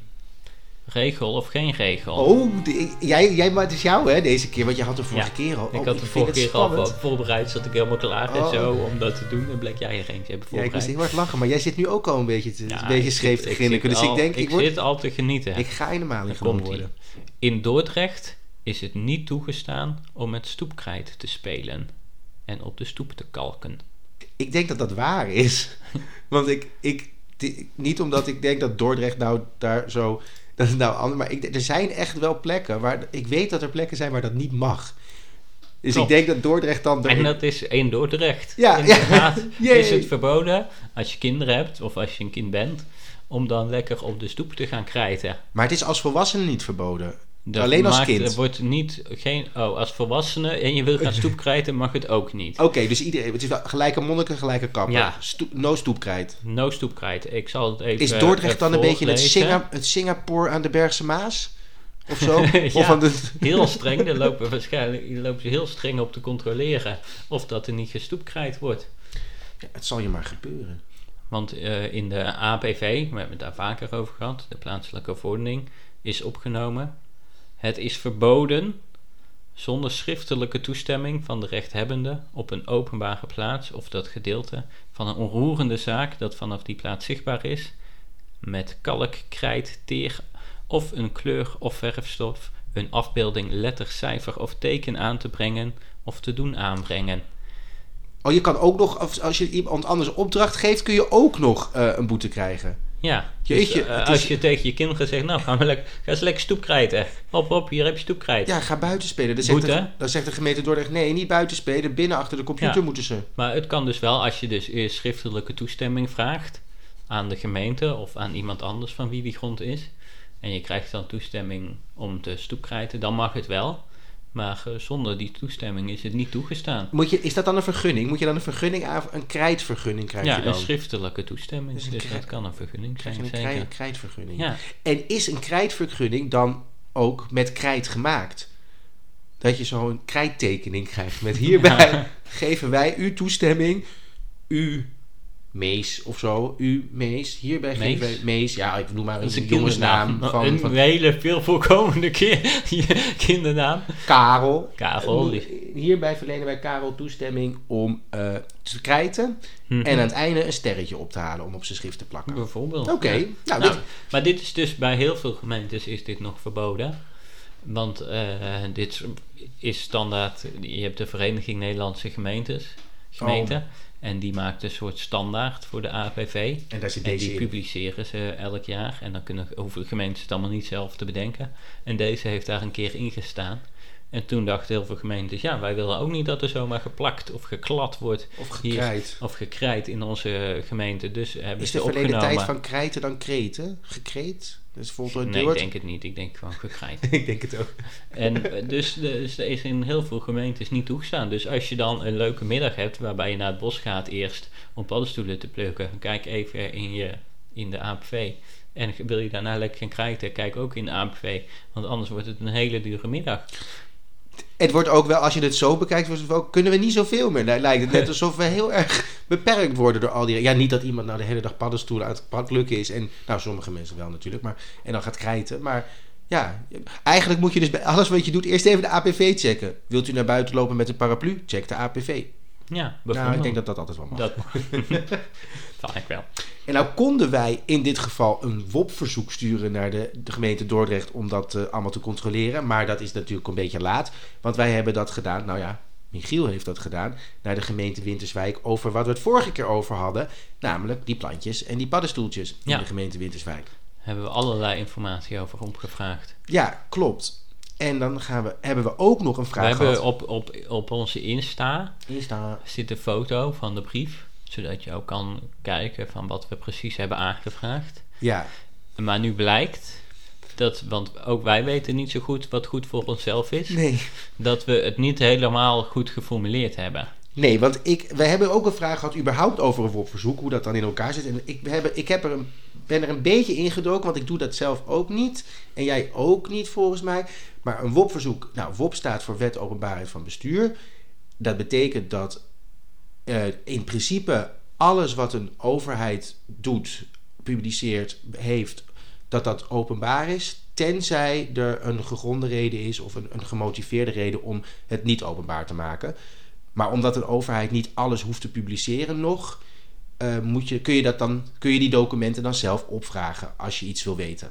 regel of geen regel. Oh, de, jij, jij, maar het is jou hè, deze keer, want je had de vorige ja, keer al. Oh, ik had de vorige keer al voorbereid, zat ik helemaal klaar oh. en zo om dat te doen. En bleek jij er eentje hebben voorbereid. Ja, ik moest heel hard lachen, maar jij zit nu ook al een beetje, te, ja, een beetje scheef te grinniken. Dus al, ik denk, ik, ik word, zit al te genieten. Ik ga helemaal niet gewoon worden. In Dordrecht is het niet toegestaan om met stoepkrijt te spelen en op de stoep te kalken. Ik denk dat dat waar is. Want ik, ik, die, niet omdat ik denk dat Dordrecht nou daar zo... Dat is nou anders, maar ik, er zijn echt wel plekken waar... Ik weet dat er plekken zijn waar dat niet mag. Dus Klopt. Ik denk dat Dordrecht dan... En dat is in Dordrecht. Ja, Inderdaad ja. is het verboden, als je kinderen hebt of als je een kind bent, om dan lekker op de stoep te gaan krijten. Maar het is als volwassene niet verboden. Dat alleen als maakt, kind. Er wordt niet... Geen, oh, als volwassene en je wil gaan stoepkrijten, mag het ook niet. Oké, okay, dus iedereen... Het is wel gelijke monniken, gelijke kappen. Ja. Sto, no stoepkrijt. No stoepkrijt. Ik zal het even... Is Dordrecht dan een beetje het, Singa, het Singapore aan de Bergse Maas? Of zo? ja, of aan de... heel streng. Daar lopen waarschijnlijk lopen ze heel streng op te controleren of dat er niet gestoepkrijt wordt. Ja, het zal je maar gebeuren. Want uh, in de A P V, we hebben het daar vaker over gehad, de plaatselijke verordening, is opgenomen... Het is verboden, zonder schriftelijke toestemming van de rechthebbende, op een openbare plaats of dat gedeelte van een onroerende zaak dat vanaf die plaats zichtbaar is, met kalk, krijt, teer of een kleur of verfstof, een afbeelding, letter, cijfer of teken aan te brengen of te doen aanbrengen. Oh, je kan ook nog, als je iemand anders opdracht geeft, kun je ook nog uh, een boete krijgen. Ja, Jeetje, dus, uh, als is... je tegen je kinderen zegt, nou, ga, maar lekker, ga eens lekker stoepkrijten. Hop, hop, hier heb je stoepkrijt. Ja, ga buiten spelen. Dan zegt, de, dan zegt de gemeente Dordrecht, nee, niet buiten spelen. Binnen achter de computer ja. moeten ze. Maar het kan dus wel, als je dus eerst schriftelijke toestemming vraagt aan de gemeente of aan iemand anders van wie die grond is. En je krijgt dan toestemming om te stoepkrijten, dan mag het wel. Maar uh, zonder die toestemming is het niet toegestaan. Moet je, is dat dan een vergunning? Moet je dan een vergunning aan, een krijtvergunning krijg ja, je dan? een schriftelijke toestemming. Dus, dus krijt, dat kan een vergunning zijn. Een zeker. Krij, krijtvergunning. Ja. En is een krijtvergunning dan ook met krijt gemaakt? Dat je zo'n krijttekening krijgt met hierbij ja. geven wij u toestemming, u Mees of zo, u Mees, hierbij geven wij Mees, ja, ik noem maar een, een jongensnaam van, een van hele veel voorkomende keer kindernaam. Karel. Karel. Hierbij verlenen wij Karel toestemming om uh, te krijten mm-hmm. en aan het einde een sterretje op te halen om op zijn schrift te plakken. Bijvoorbeeld. Oké. Okay. Ja. Nou, nou, dit... Maar dit is dus bij heel veel gemeentes is dit nog verboden. Want uh, dit is standaard, je hebt de Vereniging Nederlandse Gemeentes, gemeenten. Oh. En die maakt een soort standaard voor de A P V. En daar zit en deze die in. publiceren ze elk jaar. En dan kunnen, hoeven de gemeentes het allemaal niet zelf te bedenken. En deze heeft daar een keer in gestaan. En toen dachten heel veel gemeentes, ja, wij willen ook niet dat er zomaar geplakt of geklad wordt. Of gekrijt. Hier, of gekrijt in onze gemeente. Dus hebben is ze de verleden opgenomen. tijd van krijten dan kreten? Gekreet? Dus nee, ik denk het niet. Ik denk gewoon gekrijt. ik denk het ook. En dus, dus er is in heel veel gemeentes niet toegestaan. Dus als je dan een leuke middag hebt waarbij je naar het bos gaat eerst om paddenstoelen te plukken, kijk even in, je, in de A P V. En wil je daarna lekker gaan krijten, kijk ook in de A P V. Want anders wordt het een hele dure middag. Het wordt ook wel, als je het zo bekijkt, wordt het ook, kunnen we niet zoveel meer. Lijkt het net alsof we heel erg beperkt worden door al die... Ja, niet dat iemand nou de hele dag paddenstoelen uit het pad lukken is. En nou, sommige mensen wel natuurlijk. Maar, en dan gaat krijten. Maar ja, eigenlijk moet je dus bij alles wat je doet eerst even de A P V checken. Wilt u naar buiten lopen met een paraplu? Check de A P V. Ja, nou, ik denk dat dat altijd wel mag. Dat mag. Van ik wel. En nou konden wij in dit geval een W O P-verzoek sturen naar de, de gemeente Dordrecht om dat uh, allemaal te controleren. Maar dat is natuurlijk een beetje laat. Want wij hebben dat gedaan, nou ja, Michiel heeft dat gedaan, naar de gemeente Winterswijk over wat we het vorige keer over hadden. Namelijk die plantjes en die paddenstoeltjes in Ja. de gemeente Winterswijk. Hebben we allerlei informatie over opgevraagd. Ja, klopt. En dan gaan we, hebben we ook nog een vraag We gehad. hebben op, op, op onze Insta Insta. zit een foto van de brief. Zodat je ook kan kijken van wat we precies hebben aangevraagd. Ja, Maar nu blijkt dat, want ook wij weten niet zo goed wat goed voor onszelf is. nee. Dat we het niet helemaal goed geformuleerd hebben. Nee, want ik, we hebben ook een vraag gehad überhaupt over een W O P-verzoek, hoe dat dan in elkaar zit. En ik, we hebben, ik heb er een, ben er een beetje ingedoken, want ik doe dat zelf ook niet. En jij ook niet, volgens mij. Maar een W O P-verzoek, nou, W O P staat voor Wet Openbaarheid van Bestuur. Dat betekent dat uh, in principe alles wat een overheid doet, publiceert, heeft, dat dat openbaar is. Tenzij er een gegronde reden is of een, een gemotiveerde reden om het niet openbaar te maken. Maar omdat een overheid niet alles hoeft te publiceren nog, uh, moet je, kun, je dat dan, kun je die documenten dan zelf opvragen als je iets wil weten.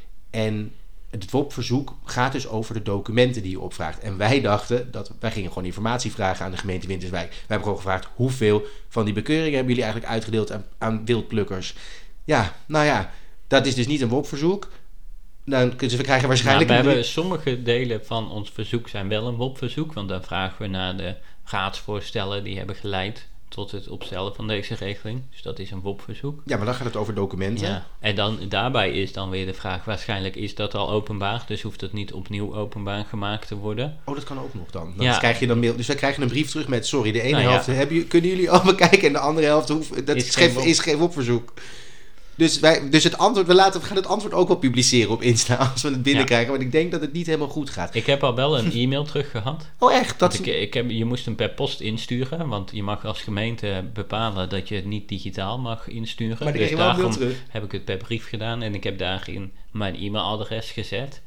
En het W O P-verzoek gaat dus over de documenten die je opvraagt. En wij dachten, dat wij gingen gewoon informatie vragen aan de gemeente Winterswijk. Wij hebben gewoon gevraagd, hoeveel van die bekeuringen hebben jullie eigenlijk uitgedeeld aan, aan wildplukkers? Ja, nou ja, dat is dus niet een W O P-verzoek. Dan, dus we krijgen waarschijnlijk... Nou, we een... hebben sommige delen van ons verzoek zijn wel een W O P-verzoek. Want dan vragen we naar de raadsvoorstellen die hebben geleid tot het opstellen van deze regeling. Dus dat is een W O P-verzoek. Ja, maar dan gaat het over documenten. Ja. En dan, daarbij is dan weer de vraag, waarschijnlijk is dat al openbaar. Dus hoeft het niet opnieuw openbaar gemaakt te worden. Oh, dat kan ook nog dan. dan Ja. krijg je dan mail, dus wij krijgen een brief terug met... Sorry, de ene Nou ja. helft heb je, kunnen jullie al bekijken en de andere helft... Hoef, dat Is is, geen geen, W O P. is geen W O P-verzoek. Dus, wij, dus het antwoord, we, laten, we gaan het antwoord ook wel publiceren op Insta als we het binnenkrijgen. Want ik denk dat het niet helemaal goed gaat. Ik heb al wel een e-mail terug gehad. Oh, echt? Dat Ik, ik heb, je moest hem per post insturen, want je mag als gemeente bepalen dat je het niet digitaal mag insturen. Maar dan Dus krijg je wel een mail daarom terug. heb ik het per brief gedaan en ik heb daarin mijn e-mailadres gezet.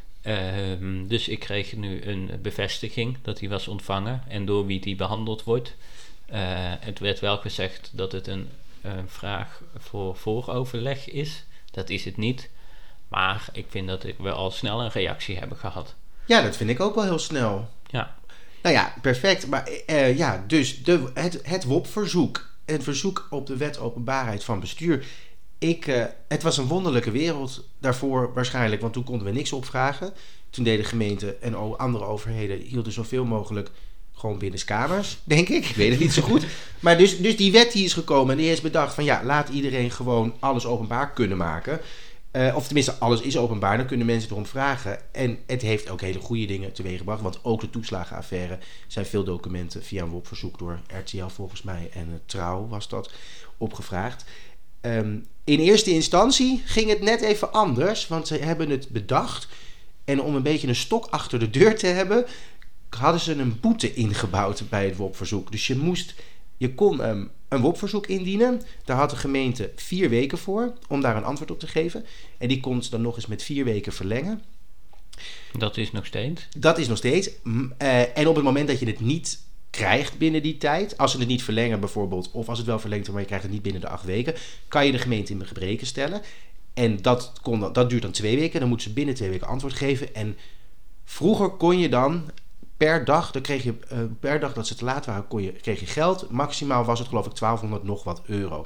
Um, dus ik kreeg nu een bevestiging dat die was ontvangen en door wie die behandeld wordt. Uh, het werd wel gezegd dat het een, een vraag voor vooroverleg is. Dat is het niet. Maar ik vind dat we al snel een reactie hebben gehad. Ja, dat vind ik ook wel heel snel. Ja. Nou ja, perfect. Maar uh, ja, dus de, het, het W O P-verzoek. Het verzoek op de Wet Openbaarheid van Bestuur. Ik, uh, het was een wonderlijke wereld daarvoor waarschijnlijk. Want toen konden we niks opvragen. Toen deden gemeenten en andere overheden hielden zoveel mogelijk gewoon binnenskamers, denk ik. Ik weet het niet zo goed. Maar dus, dus die wet die is gekomen en die is bedacht van ja, laat iedereen gewoon alles openbaar kunnen maken. Uh, of tenminste, alles is openbaar, dan kunnen mensen erom vragen. En het heeft ook hele goede dingen teweeggebracht. Want ook de toeslagenaffaire zijn veel documenten via een W O P-verzoek door R T L volgens mij. En uh, Trouw was dat opgevraagd. Um, in eerste instantie ging het net even anders. Want ze hebben het bedacht. En om een beetje een stok achter de deur te hebben, hadden ze een boete ingebouwd bij het W O P-verzoek. Dus je moest, je kon um, een W O P-verzoek indienen. Daar had de gemeente vier weken voor om daar een antwoord op te geven. En die kon ze dan nog eens met vier weken verlengen. Dat is nog steeds. Dat is nog steeds. Uh, en op het moment dat je het niet krijgt binnen die tijd, als ze het niet verlengen bijvoorbeeld, of als het wel verlengt, maar je krijgt het niet binnen de acht weken, kan je de gemeente in gebreken stellen. En dat, kon dan, dat duurt dan twee weken. Dan moeten ze binnen twee weken antwoord geven. En vroeger kon je dan per dag, dan kreeg je, uh, per dag dat ze te laat waren, kon je, kreeg je geld. Maximaal was het geloof ik twaalfhonderd nog wat euro.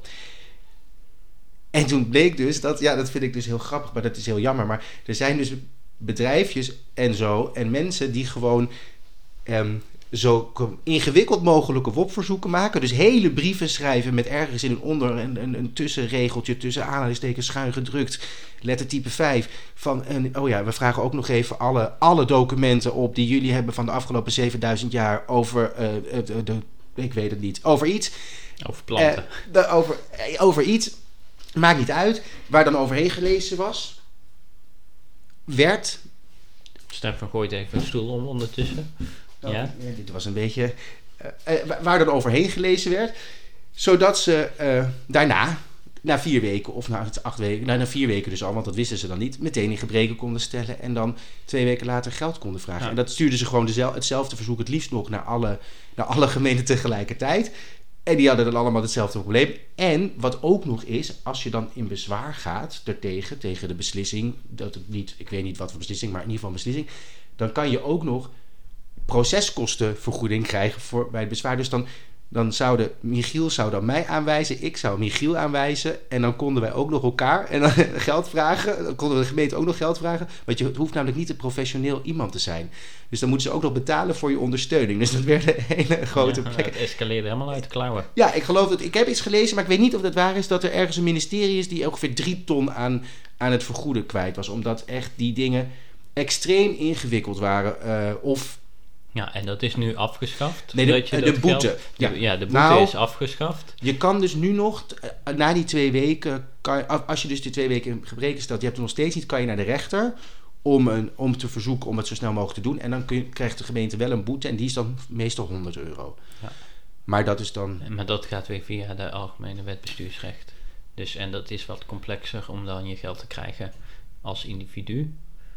En toen bleek dus dat, ja, dat vind ik dus heel grappig, maar dat is heel jammer. Maar er zijn dus bedrijfjes en zo en mensen die gewoon um, zo ingewikkeld mogelijke W O P-verzoeken maken. Dus hele brieven schrijven met ergens in een onder een, een, een tussenregeltje tussen aanhalingstekens schuin gedrukt, lettertype vijf. Van een, oh ja, we vragen ook nog even alle, alle documenten op die jullie hebben van de afgelopen zevenduizend jaar over, uh, de, de, ik weet het niet, over iets. Over planten. Uh, de, over, over iets. Maakt niet uit. Waar dan overheen gelezen was, werd... Stefan gooit even een stoel om ondertussen. Oh, ja. ja, dit was een beetje... Uh, uh, waar dan overheen gelezen werd. Zodat ze uh, daarna, na vier weken, of na acht weken, nou, na vier weken dus al, want dat wisten ze dan niet, meteen in gebreken konden stellen en dan twee weken later geld konden vragen. Ja. En dat stuurden ze gewoon dezelfde, hetzelfde verzoek, het liefst nog naar alle, naar alle gemeenten tegelijkertijd. En die hadden dan allemaal hetzelfde probleem. En wat ook nog is, als je dan in bezwaar gaat ertegen, tegen de beslissing, dat het niet, ik weet niet wat voor beslissing, maar in ieder geval een beslissing, dan kan je ook nog proceskostenvergoeding krijgen voor, bij het bezwaar. Dus dan, dan zouden Michiel zou dan mij aanwijzen, ik zou Michiel aanwijzen. En dan konden wij ook nog elkaar en dan geld vragen. Dan konden we de gemeente ook nog geld vragen. Want je hoeft namelijk niet een professioneel iemand te zijn. Dus dan moeten ze ook nog betalen voor je ondersteuning. Dus dat werden hele grote Ja, plekken. het escaleerde helemaal uit de klauwen. Ja, ik geloof dat. Ik heb iets gelezen, maar ik weet niet of dat waar is. Dat er ergens een ministerie is die ongeveer drie ton aan, aan het vergoeden kwijt was. Omdat echt die dingen extreem ingewikkeld waren. Uh, of. Ja, en dat is nu afgeschaft. Nee, de, dat je de dat boete. Geld, Ja. de, ja, de boete Nou, is afgeschaft. Je kan dus nu nog, uh, na die twee weken, kan, als je dus die twee weken in gebreken stelt, je hebt het nog steeds niet, kan je naar de rechter om, een, om te verzoeken om het zo snel mogelijk te doen. En dan kun je, krijgt de gemeente wel een boete en die is dan meestal honderd euro. Ja. Maar dat is dan... Maar dat gaat weer via de Algemene Wet Bestuursrecht. Dus, en dat is wat complexer om dan je geld te krijgen als individu.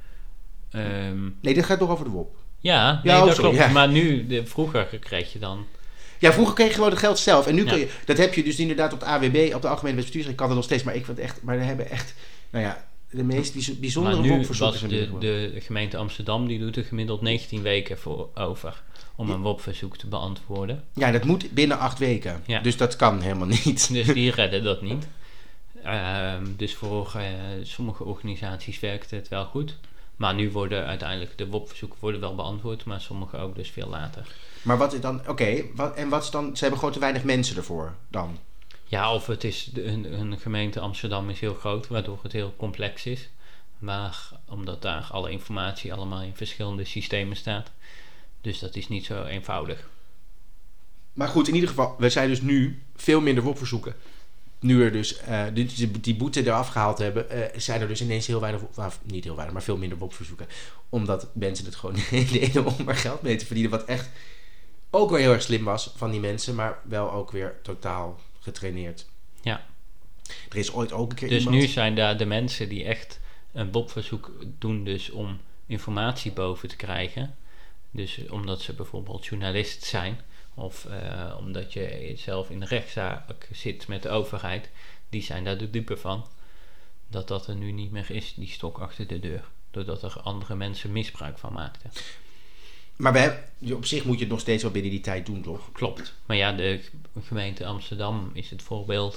Um, nee, dit gaat toch over de W O P? Ja, nee, ja, dat sorry, klopt. Ja. Maar nu, de, vroeger kreeg je dan... Ja, vroeger kreeg je gewoon het geld zelf. En nu ja. kun je... Dat heb je dus inderdaad op de A W B, op de Algemene Wet Bestuursrecht, kan dat nog steeds. Maar ik vind echt... Maar we hebben echt... Nou ja, de meest bijzondere W O P-verzoeken zijn de, de gemeente Amsterdam, die doet er gemiddeld negentien weken voor over om een W O P-verzoek te beantwoorden. Ja, dat moet binnen acht weken. Ja. Dus dat kan helemaal niet. Dus die redden dat niet. Uh, dus voor uh, sommige organisaties werkt het wel goed. Maar nu worden uiteindelijk de W O P-verzoeken worden wel beantwoord, maar sommige ook dus veel later. Maar wat is dan... Oké, okay, en wat is dan... Ze hebben gewoon te weinig mensen ervoor dan? Ja, of het is... De, een, een gemeente Amsterdam is heel groot, waardoor het heel complex is. Maar omdat daar alle informatie allemaal in verschillende systemen staat. Dus dat is niet zo eenvoudig. Maar goed, in ieder geval, we zijn dus nu veel minder W O P-verzoeken. Nu er dus uh, die, die boete eraf gehaald hebben, uh, zijn er dus ineens heel weinig, nou, niet heel weinig, maar veel minder W O P-verzoeken. Omdat mensen het gewoon deden om er geld mee te verdienen. Wat echt ook weer heel erg slim was van die mensen, maar wel ook weer totaal getraineerd. Ja. Er is ooit ook een keer dus iemand... nu zijn daar de mensen die echt een W O P-verzoek doen dus om informatie boven te krijgen. Dus omdat ze bijvoorbeeld journalist zijn... Of uh, omdat je zelf in de rechtszaak zit met de overheid. Die zijn daar de dupe van. Dat dat er nu niet meer is, die stok achter de deur. Doordat er andere mensen misbruik van maakten. Maar we hebben, op zich moet je het nog steeds wel binnen die tijd doen, toch? Klopt. Maar ja, de gemeente Amsterdam is het voorbeeld.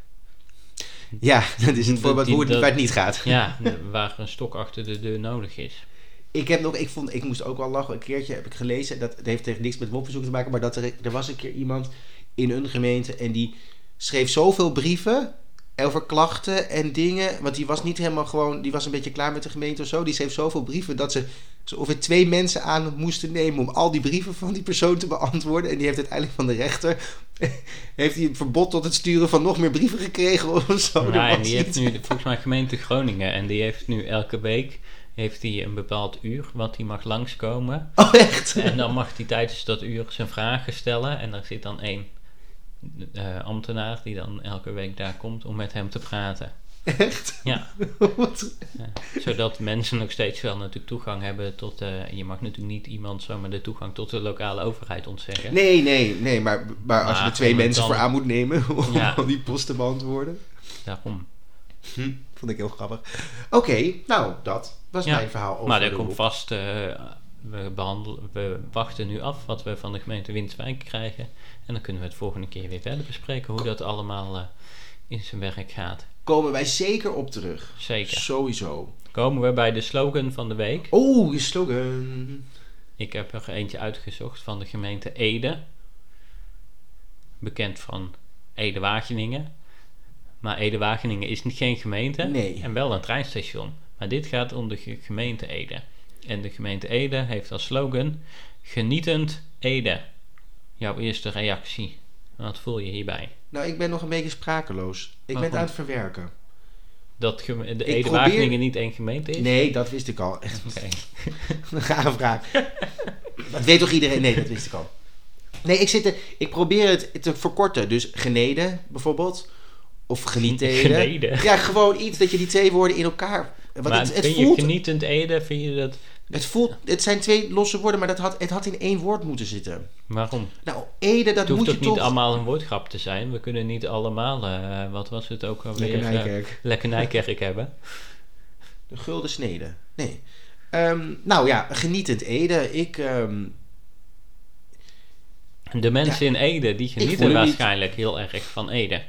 Ja, dat is het voorbeeld die, hoe het, dat, waar het niet gaat. Ja, waar een stok achter de deur nodig is. Ik heb nog, ik vond, ik moest ook wel lachen. Een keertje heb ik gelezen, dat het heeft tegen niks met W O P-verzoek te maken, maar dat er, er was een keer iemand in een gemeente en die schreef zoveel brieven over klachten en dingen, want die was niet helemaal gewoon, die was een beetje klaar met de gemeente of zo. Die schreef zoveel brieven dat ze ongeveer twee mensen aan moesten nemen om al die brieven van die persoon te beantwoorden. En die heeft uiteindelijk van de rechter heeft hij een verbod tot het sturen van nog meer brieven gekregen of zo. Nou, en die heeft nu volgens mij gemeente Groningen en die heeft nu elke week heeft hij een bepaald uur wat hij mag langskomen. Oh, echt? En dan mag hij tijdens dat uur zijn vragen stellen. En daar zit dan één uh, ambtenaar die dan elke week daar komt om met hem te praten. Echt? Ja. ja. Zodat mensen nog steeds wel natuurlijk toegang hebben tot... Uh, je mag natuurlijk niet iemand zomaar de toegang tot de lokale overheid ontzeggen. Nee, nee, nee. Maar, maar, maar als je er twee mensen dan voor aan moet nemen om ja. al die post te beantwoorden. Daarom. Hm, vond ik heel grappig. Oké, okay, nou, dat was ja, mijn verhaal over maar er komt vast... Uh, we, behandelen, we wachten nu af wat we van de gemeente Winterswijk krijgen. En dan kunnen we het volgende keer weer verder bespreken... hoe dat allemaal uh, in zijn werk gaat. Komen wij zeker op terug. Zeker. Sowieso. Komen we bij de slogan van de week. Oh, je slogan. Ik heb er eentje uitgezocht van de gemeente Ede. Bekend van Ede-Wageningen. Maar Ede-Wageningen is geen gemeente. Nee. En wel een treinstation. Maar dit gaat om de gemeente Ede. En de gemeente Ede heeft als slogan... Genietend Ede. Jouw eerste reactie. Wat voel je hierbij? Nou, ik ben nog een beetje sprakeloos. Ik Waarom? ben het aan het verwerken. Dat geme- de Ede-Wageningen probeer... niet één gemeente is? Nee, dat wist ik al. Oké. Okay. Een rare vraag. Dat weet toch iedereen? Nee, dat wist ik al. Nee, ik, zit er, ik probeer het te verkorten. Dus geneden bijvoorbeeld... Of genieten. Geneden. Ja, gewoon iets dat je die twee woorden in elkaar... Want maar het, het vind voelt, je genietend Ede, vind je dat... Het, voelt, het zijn twee losse woorden, maar dat had, het had in één woord moeten zitten. Waarom? Nou, Ede, dat het moet je toch... Het hoeft ook niet allemaal een woordgrap te zijn. We kunnen niet allemaal, uh, wat was het ook alweer? Lekkernijkerk. Uh, Lekkernijkerk hebben. De gulden snede. Nee. Um, nou ja, genietend Ede. Ik, um, De mensen Ja, in Ede, die voel genieten het waarschijnlijk heel erg van Ede.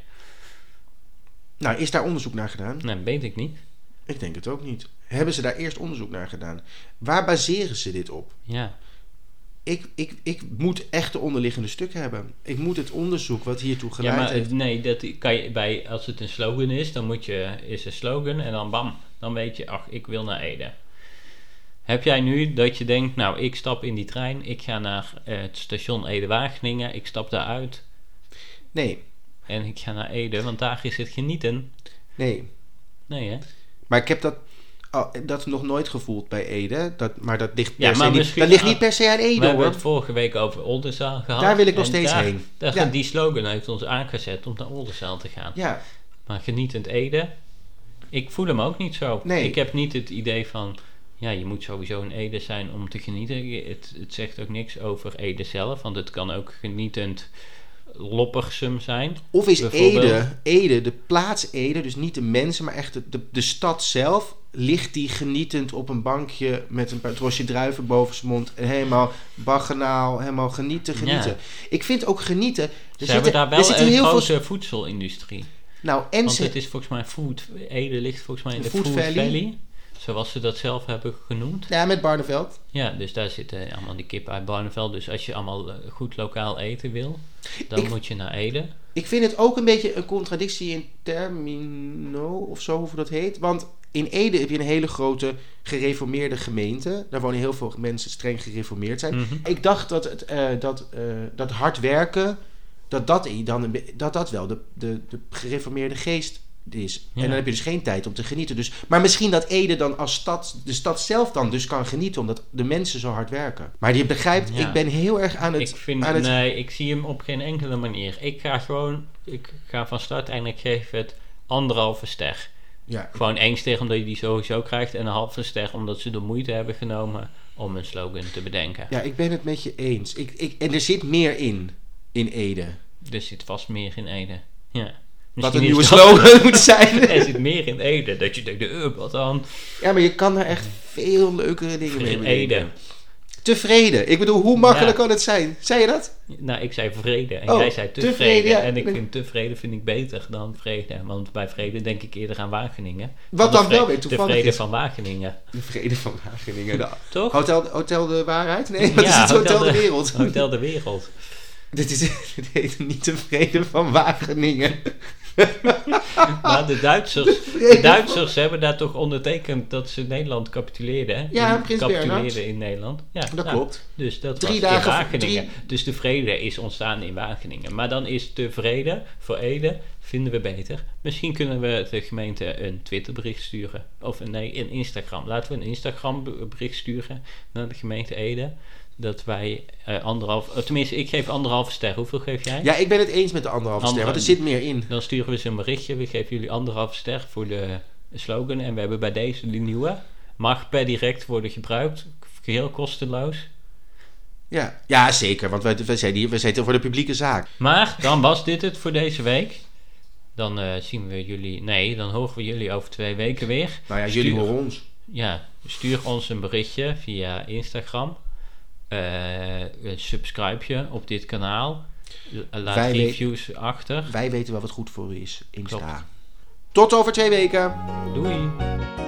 Nou, is daar onderzoek naar gedaan? Nee, weet ik niet. Ik denk het ook niet. Hebben ze daar eerst onderzoek naar gedaan? Waar baseren ze dit op? Ja. Ik, ik, ik moet echt de onderliggende stukken hebben. Ik moet het onderzoek wat hiertoe Ja, geleid maar heeft. nee, dat kan je bij, als het een slogan is, dan moet je, is een slogan en dan bam, dan weet je, ach, ik wil naar Ede. Heb jij nu dat je denkt, nou, ik stap in die trein, ik ga naar uh, het station Ede-Wageningen, ik stap daar uit Nee, en ik ga naar Ede, want daar is het genieten. nee. Nee, hè? Maar ik heb dat, oh, dat nog nooit gevoeld bij Ede. Dat, maar dat ligt per, Ja, se, maar niet, misschien- dat ligt ah, niet per se aan We Ede, hebben hoor. het vorige week over Oldenzaal gehad. Daar wil ik nog en steeds daar- heen. daar- Ja. Die slogan heeft ons aangezet om naar Oldenzaal te gaan. Ja, Maar genietend Ede, ik voel hem ook niet zo. Nee. Ik heb niet het idee van, ja, je moet sowieso in Ede zijn om te genieten. Je- Het, het zegt ook niks over Ede zelf, want het kan ook genietend Loppersum zijn. of is Bijvoorbeeld. Ede, Ede, de plaats Ede, dus niet de mensen, maar echt de, de, de stad zelf, ligt die genietend op een bankje met een paar trosje druiven boven zijn mond en helemaal baggenaal, helemaal genieten, genieten. Ja. Ik vind ook genieten. Er Ze zitten, hebben daar er wel zitten een heel grote veel. voedselindustrie. Nou, en Want ze, het is volgens mij food. Ede ligt volgens mij in de Food Food, Valley. Valley. Zoals ze dat zelf hebben genoemd. ja, met Barneveld. Ja, dus daar zitten allemaal die kippen uit Barneveld. Dus als je allemaal eh, goed lokaal eten wil, dan Ik- moet je naar Ede. Ik vind het ook een beetje een contradictie in termino of zo, hoe dat heet. Want in Ede heb je een hele grote gereformeerde gemeente. Daar wonen heel veel mensen streng gereformeerd zijn. Mhm. Ik dacht dat, het, eh, dat, eh, dat hard werken, dat dat, dan een be- dat, dat wel de, de, de gereformeerde geest is. Ja. En dan heb je dus geen tijd om te genieten. Dus, maar misschien dat Ede dan als stad, de stad zelf dan dus kan genieten, omdat de mensen zo hard werken. Maar je begrijpt, Ja. ik ben heel erg aan het... Ik vind, aan het nee, ik zie hem op geen enkele manier. Ik ga gewoon, ik ga van start en ik geef het anderhalve ster. ja, Gewoon één ster omdat je die sowieso krijgt en een halve ster omdat ze de moeite hebben genomen om een slogan te bedenken. ja, ik ben het met je eens. Ik, ik, en er zit meer in, in Ede. Er zit vast meer in Ede. Ja. Wat Misschien een is nieuwe dat- slogan moet zijn. Er zit meer in Ede. Dat je denkt, uh, wat dan? Ja, maar je kan daar echt veel leukere dingen mee In bedenken. Ede. Tevreden. Ik bedoel, hoe makkelijk Ja. kan het zijn? Zei je dat? Nou, ik zei vrede en Oh, jij zei tevreden. tevreden, ja. En ik vind tevreden vind ik beter dan vrede. Want bij vrede denk ik eerder aan Wageningen. Wat de dan vre- wel weer toevallig De vrede is. van Wageningen. De vrede van Wageningen. De- Toch? Hotel, Hotel de Waarheid? Nee, dat Ja, is het Hotel, Hotel de de- Wereld. Hotel de Wereld. dit, is, dit heet niet de vrede van Wageningen. Maar de Duitsers, vrede de Duitsers hebben daar toch ondertekend dat ze Nederland capituleerden. Hè? Ja, Die Prins capituleerden Bernhard. in Nederland. Ja, Dat nou, klopt. Dus dat Drie was dagen in voor- Wageningen. drie- Dus de vrede is ontstaan in Wageningen. Maar dan is de vrede voor Ede, vinden we beter. Misschien kunnen we de gemeente een Twitterbericht sturen. Of een, nee, een Instagram. Laten we een Instagram bericht sturen naar de gemeente Ede. Dat wij eh, anderhalf... oh, tenminste, ik geef anderhalve ster. Hoeveel geef jij? Ja, ik ben het eens met de anderhalve ster, want er zit meer in. Dan sturen we ze een berichtje. We geven jullie anderhalve ster voor de slogan. En we hebben bij deze die nieuwe. Mag per direct worden gebruikt. Geheel kosteloos. Ja, ja zeker, want wij, wij, zijn hier, wij zitten voor de publieke zaak. Maar dan was dit het voor deze week. Dan eh, zien we jullie... Nee, dan horen we jullie over twee weken weer. Nou ja, Stuur- jullie horen ons. Ja, stuur ons een berichtje via Instagram. Eh subscribe je op dit kanaal. Laat Wij we- reviews achter. Wij weten wel wat goed voor u is. Insta. Klopt. Tot over twee weken. Doei!